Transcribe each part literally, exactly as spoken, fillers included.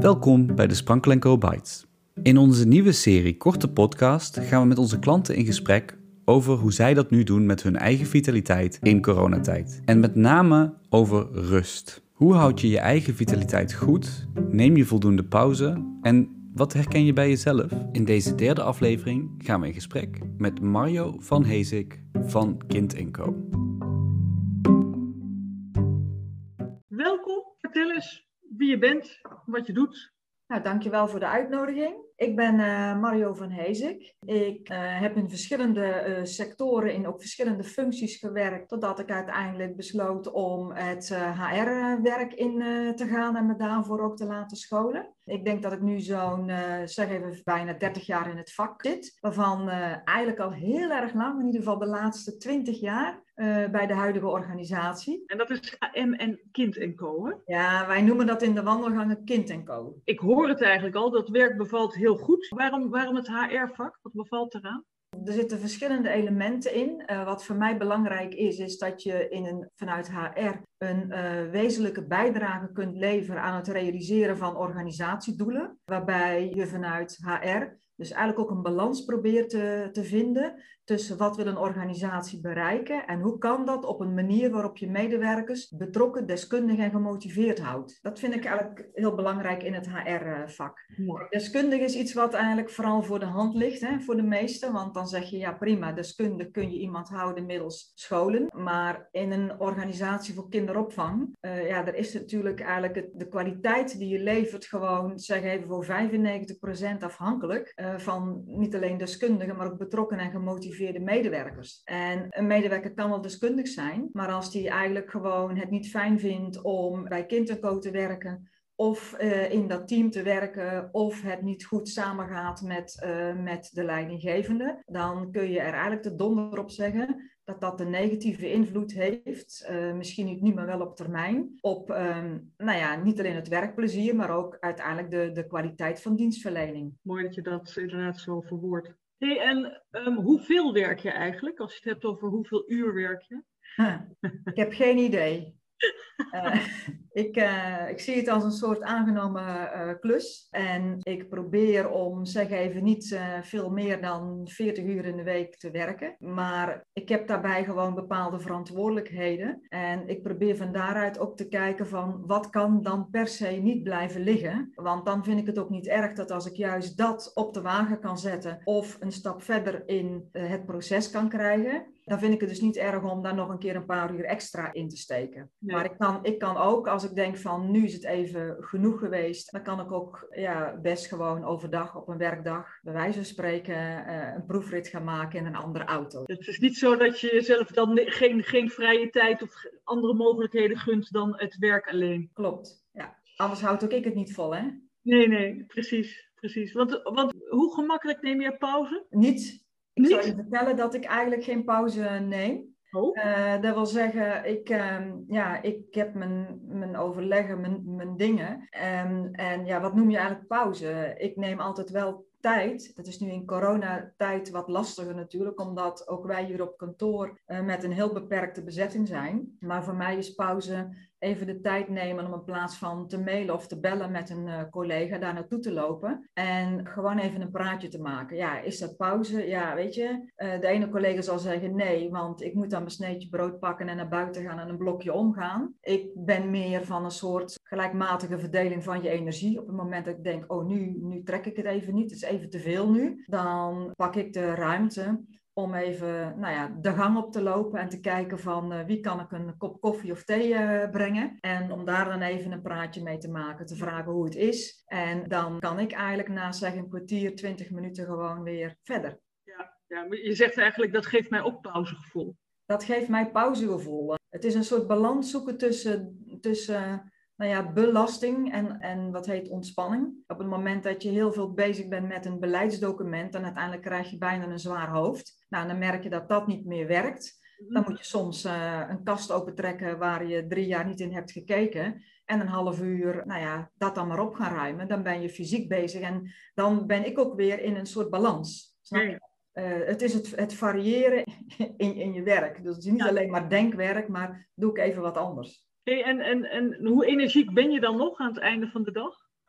Welkom bij de Sprankel en Co Bites. In onze nieuwe serie Korte Podcast gaan we met onze klanten in gesprek over hoe zij dat nu doen met hun eigen vitaliteit in coronatijd. En met name over rust. Hoe houd je je eigen vitaliteit goed? Neem je voldoende pauze? En wat herken je bij jezelf? In deze derde aflevering gaan we in gesprek met Mario van Hezik van Kind en Co. Welkom, vertel eens wie je bent, wat je doet. Nou, dankjewel voor de uitnodiging. Ik ben uh, Mario van Hezik. Ik uh, heb in verschillende uh, sectoren, in ook verschillende functies gewerkt, totdat ik uiteindelijk besloot om het uh, H R-werk in uh, te gaan en me daarvoor ook te laten scholen. Ik denk dat ik nu zo'n, uh, zeg even, bijna dertig jaar in het vak zit, waarvan uh, eigenlijk al heel erg lang, in ieder geval de laatste twintig jaar, uh, bij de huidige organisatie. En dat is H M en Kind en Co, hè? Ja, wij noemen dat in de wandelgangen Kind en Co. Ik hoor het eigenlijk al, dat werk bevalt heel goed. Waarom, waarom het H R-vak? Wat bevalt eraan? Er zitten verschillende elementen in. Uh, wat voor mij belangrijk is, is dat je in een, vanuit H R een uh, wezenlijke bijdrage kunt leveren aan het realiseren van organisatiedoelen. Waarbij je vanuit H R dus eigenlijk ook een balans probeert te, te vinden tussen wat wil een organisatie bereiken en hoe kan dat op een manier waarop je medewerkers betrokken, deskundig en gemotiveerd houdt. Dat vind ik eigenlijk heel belangrijk in het H R-vak. Deskundig is iets wat eigenlijk vooral voor de hand ligt, hè, voor de meesten, want dan zeg je ja prima, deskundig kun je iemand houden middels scholen, maar in een organisatie voor kinderopvang, uh, ja, er is natuurlijk eigenlijk het, de kwaliteit die je levert gewoon, zeg even voor vijfennegentig procent afhankelijk uh, van niet alleen deskundigen, maar ook betrokken en gemotiveerde medewerkers. En een medewerker kan wel deskundig zijn, maar als die eigenlijk gewoon het niet fijn vindt om bij Kind en Co te werken, of uh, in dat team te werken, of het niet goed samengaat met, uh, met de leidinggevende, dan kun je er eigenlijk de donder op zeggen dat dat een negatieve invloed heeft, uh, misschien niet nu, maar wel op termijn, op um, nou ja, niet alleen het werkplezier, maar ook uiteindelijk de, de kwaliteit van dienstverlening. Mooi dat je dat inderdaad zo verwoordt. Hey, en um, hoeveel werk je eigenlijk, als je het hebt over hoeveel uur werk je? Huh, ik heb geen idee. Uh, ik, uh, ik zie het als een soort aangenomen uh, klus. En ik probeer om, zeg even, niet uh, veel meer dan veertig uur in de week te werken. Maar ik heb daarbij gewoon bepaalde verantwoordelijkheden. En ik probeer van daaruit ook te kijken van wat kan dan per se niet blijven liggen. Want dan vind ik het ook niet erg dat als ik juist dat op de wagen kan zetten of een stap verder in uh, het proces kan krijgen, dan vind ik het dus niet erg om daar nog een keer een paar uur extra in te steken. Nee. Maar ik kan, ik kan ook, als ik denk van nu is het even genoeg geweest, dan kan ik ook ja, best gewoon overdag op een werkdag, bij wijze van spreken, uh, een proefrit gaan maken in een andere auto. Het is niet zo dat je jezelf dan geen, geen vrije tijd of andere mogelijkheden gunt dan het werk alleen. Klopt, ja. Anders houd ook ik het niet vol, hè? Nee, nee, precies, precies. Want, want hoe gemakkelijk neem je pauze? Niet. Ik Niet? zal je vertellen dat ik eigenlijk geen pauze neem. Oh. Uh, dat wil zeggen, ik, um, ja, ik heb mijn, mijn overleggen, mijn, mijn dingen. Um, en ja, wat noem je eigenlijk pauze? Ik neem altijd wel tijd. Dat is nu in coronatijd wat lastiger natuurlijk, omdat ook wij hier op kantoor uh, met een heel beperkte bezetting zijn. Maar voor mij is pauze even de tijd nemen om in plaats van te mailen of te bellen met een uh, collega daar naartoe te lopen en gewoon even een praatje te maken. Ja, is dat pauze? Ja, weet je, uh, de ene collega zal zeggen nee, want ik moet dan mijn sneetje brood pakken en naar buiten gaan en een blokje omgaan. Ik ben meer van een soort gelijkmatige verdeling van je energie. Op het moment dat ik denk, oh nu, nu trek ik het even niet, het is even te veel nu, dan pak ik de ruimte om even nou ja, de gang op te lopen en te kijken van uh, wie kan ik een kop koffie of thee uh, brengen. En om daar dan even een praatje mee te maken, te vragen hoe het is. En dan kan ik eigenlijk na zeg een kwartier, twintig minuten gewoon weer verder. Ja, ja, maar je zegt eigenlijk dat geeft mij ook pauzegevoel. Dat geeft mij pauzegevoel. Het is een soort balans zoeken tussen, tussen nou ja, belasting en, en wat heet ontspanning. Op het moment dat je heel veel bezig bent met een beleidsdocument, dan uiteindelijk krijg je bijna een zwaar hoofd. Nou, dan merk je dat dat niet meer werkt. Dan moet je soms uh, een kast opentrekken waar je drie jaar niet in hebt gekeken. En een half uur, nou ja, dat dan maar op gaan ruimen. Dan ben je fysiek bezig en dan ben ik ook weer in een soort balans. Snap je? Uh, het is het, het variëren in, in je werk. Dus het is niet ja. alleen maar denkwerk, maar doe ik even wat anders. Hey, en, en, en hoe energiek ben je dan nog aan het einde van de dag?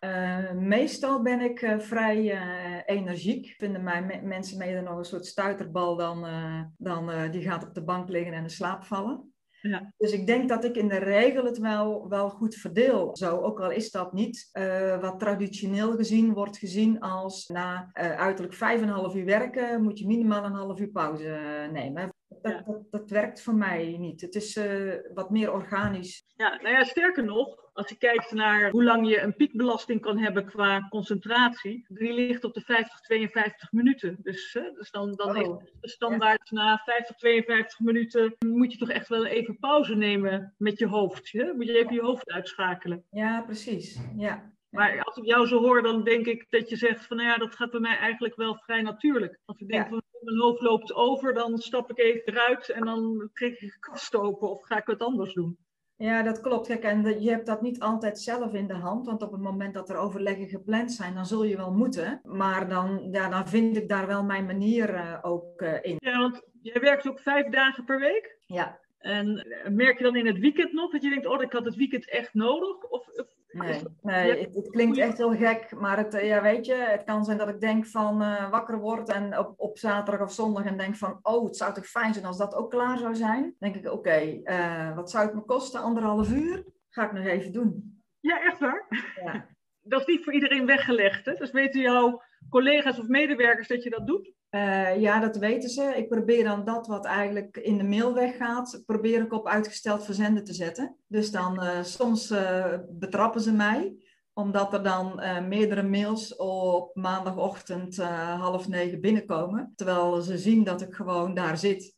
Uh, meestal ben ik uh, vrij uh, energiek. Vinden mij me- mensen me nog een soort stuiterbal dan, uh, dan uh, die gaat op de bank liggen en in slaap vallen. Ja. Dus ik denk dat ik in de regel het wel, wel goed verdeel. Zo, ook al is dat niet uh, wat traditioneel gezien wordt gezien als na uh, uiterlijk vijf en een half uur werken moet je minimaal een half uur pauze uh, nemen. Dat, ja. dat, dat werkt voor mij niet. Het is uh, wat meer organisch. Ja, nou ja, sterker nog, als je kijkt naar hoe lang je een piekbelasting kan hebben qua concentratie, die ligt op de vijftig, tweeënvijftig minuten. Dus, uh, dus dan, dan oh. is de standaard ja. na vijftig, tweeënvijftig minuten moet je toch echt wel even pauze nemen met je hoofd. Hè? Moet je even je hoofd uitschakelen. Ja, precies. Ja. Maar als ik jou zo hoor, dan denk ik dat je zegt van, nou ja, dat gaat bij mij eigenlijk wel vrij natuurlijk. Als ik denk ja. van, mijn hoofd loopt over, dan stap ik even eruit en dan trek ik de kast open of ga ik wat anders doen. Ja, dat klopt. Kijk, en de, je hebt dat niet altijd zelf in de hand, want op het moment dat er overleggen gepland zijn, dan zul je wel moeten. Maar dan, ja, dan vind ik daar wel mijn manier uh, ook uh, in. Ja, want jij werkt ook vijf dagen per week? Ja. En merk je dan in het weekend nog dat je denkt, oh, ik had het weekend echt nodig? Of, of Nee, nee het, het klinkt echt heel gek, maar het, ja, weet je, het kan zijn dat ik denk van uh, wakker word en op, op zaterdag of zondag en denk van, oh, het zou toch fijn zijn als dat ook klaar zou zijn. Dan denk ik, oké, okay, uh, wat zou het me kosten? Anderhalf uur? Ga ik nog even doen. Ja, echt waar? Ja. Dat is niet voor iedereen weggelegd, hè? Dus weten jouw collega's of medewerkers dat je dat doet? Uh, ja, dat weten ze. Ik probeer dan dat wat eigenlijk in de mail weggaat, probeer ik op uitgesteld verzenden te zetten. Dus dan uh, soms uh, betrappen ze mij, omdat er dan uh, meerdere mails op maandagochtend uh, half negen binnenkomen. Terwijl ze zien dat ik gewoon daar zit.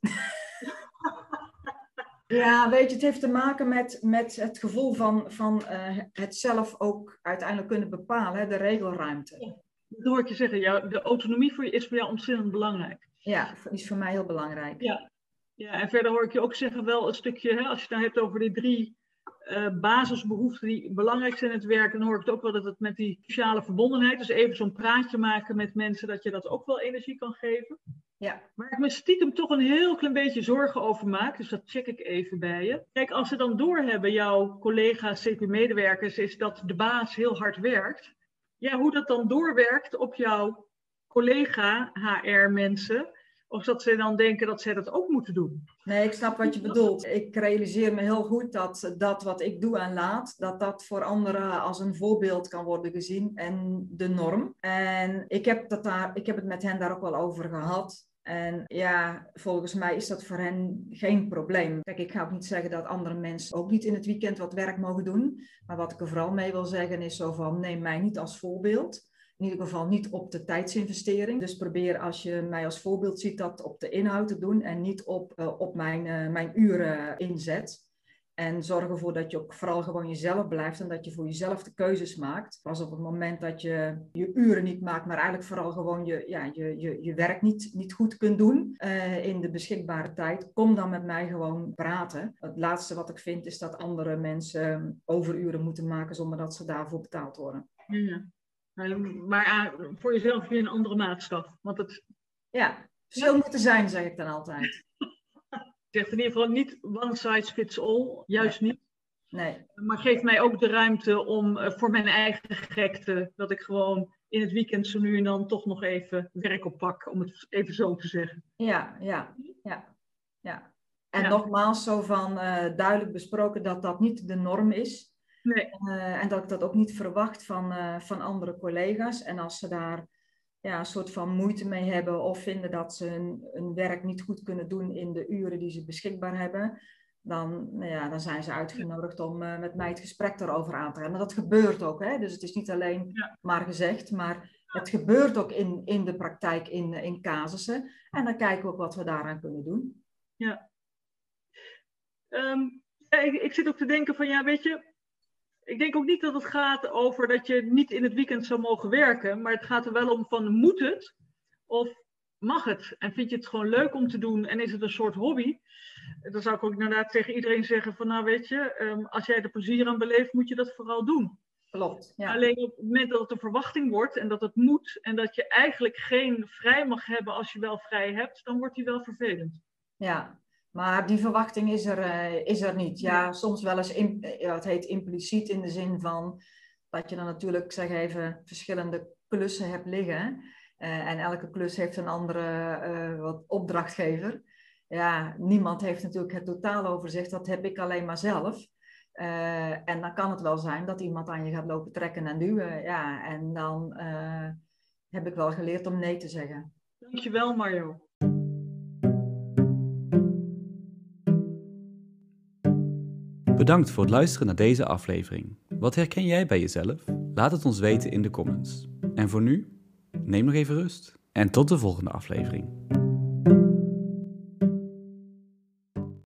Ja, weet je, het heeft te maken met, met het gevoel van, van uh, het zelf ook uiteindelijk kunnen bepalen, hè, de regelruimte. Ja. Dat hoor ik je zeggen, jou, de autonomie voor je is voor jou ontzettend belangrijk. Ja, is voor mij heel belangrijk. Ja, ja en verder hoor ik je ook zeggen wel een stukje, hè, als je het nou hebt over die drie uh, basisbehoeften die belangrijk zijn in het werk, dan hoor ik het ook wel dat het met die sociale verbondenheid, dus even zo'n praatje maken met mensen, dat je dat ook wel energie kan geven. Ja. Waar ik me stiekem toch een heel klein beetje zorgen over maak, dus dat check ik even bij je. Kijk, als ze dan doorhebben, jouw collega's, C P-medewerkers, is dat de baas heel hard werkt. Ja, hoe dat dan doorwerkt op jouw collega H R-mensen, of dat ze dan denken dat zij dat ook moeten doen. Nee, ik snap wat je bedoelt. Ik realiseer me heel goed dat dat wat ik doe en laat, dat dat voor anderen als een voorbeeld kan worden gezien en de norm. En ik heb, dat daar, ik heb het met hen daar ook wel over gehad. En ja, volgens mij is dat voor hen geen probleem. Kijk, ik ga ook niet zeggen dat andere mensen ook niet in het weekend wat werk mogen doen. Maar wat ik er vooral mee wil zeggen is zo van, neem mij niet als voorbeeld. In ieder geval niet op de tijdsinvestering. Dus probeer als je mij als voorbeeld ziet dat op de inhoud te doen en niet op, uh, op mijn, uh, mijn uren inzet. En zorg ervoor dat je ook vooral gewoon jezelf blijft en dat je voor jezelf de keuzes maakt. Pas op het moment dat je je uren niet maakt, maar eigenlijk vooral gewoon je, ja, je, je, je werk niet, niet goed kunt doen uh, in de beschikbare tijd, kom dan met mij gewoon praten. Het laatste wat ik vind is dat andere mensen overuren moeten maken zonder dat ze daarvoor betaald worden. Ja. Maar uh, voor jezelf weer een andere maatstaf. Want het... Ja, zo moet er zijn, zeg ik dan altijd. Zegt in ieder geval niet one size fits all, juist nee. niet. Nee. Maar geeft mij ook de ruimte om uh, voor mijn eigen gekte, dat ik gewoon in het weekend zo nu en dan toch nog even werk oppak, om het even zo te zeggen. Ja, ja, ja. ja. En ja. nogmaals zo van uh, duidelijk besproken dat dat niet de norm is. Nee. Uh, en dat ik dat ook niet verwacht van, uh, van andere collega's. En als ze daar ja, een soort van moeite mee hebben of vinden dat ze hun, hun werk niet goed kunnen doen in de uren die ze beschikbaar hebben, dan, nou ja, dan zijn ze uitgenodigd om uh, met mij het gesprek erover aan te gaan. En dat gebeurt ook, hè? Dus het is niet alleen ja. maar gezegd, maar het gebeurt ook in, in de praktijk in, in casussen. En dan kijken we ook wat we daaraan kunnen doen. Ja. Um, ja ik, ik zit ook te denken van, ja, weet je, ik denk ook niet dat het gaat over dat je niet in het weekend zou mogen werken, maar het gaat er wel om van, moet het of mag het? En vind je het gewoon leuk om te doen en is het een soort hobby? Dan zou ik ook inderdaad tegen iedereen zeggen van, nou weet je, um, als jij er plezier aan beleeft, moet je dat vooral doen. Klopt, ja. Alleen op het moment dat het een verwachting wordt en dat het moet en dat je eigenlijk geen vrij mag hebben als je wel vrij hebt, dan wordt die wel vervelend. Ja. Maar die verwachting is er, uh, is er niet. Ja, soms wel eens, in, ja, het heet impliciet in de zin van dat je dan natuurlijk, zeg even, verschillende klussen hebt liggen. Uh, en elke klus heeft een andere uh, wat opdrachtgever. Ja, niemand heeft natuurlijk het totaaloverzicht, dat heb ik alleen maar zelf. Uh, en dan kan het wel zijn dat iemand aan je gaat lopen trekken en duwen. Ja, en dan uh, heb ik wel geleerd om nee te zeggen. Dankjewel, Marjo. Bedankt voor het luisteren naar deze aflevering. Wat herken jij bij jezelf? Laat het ons weten in de comments. En voor nu, neem nog even rust. En tot de volgende aflevering.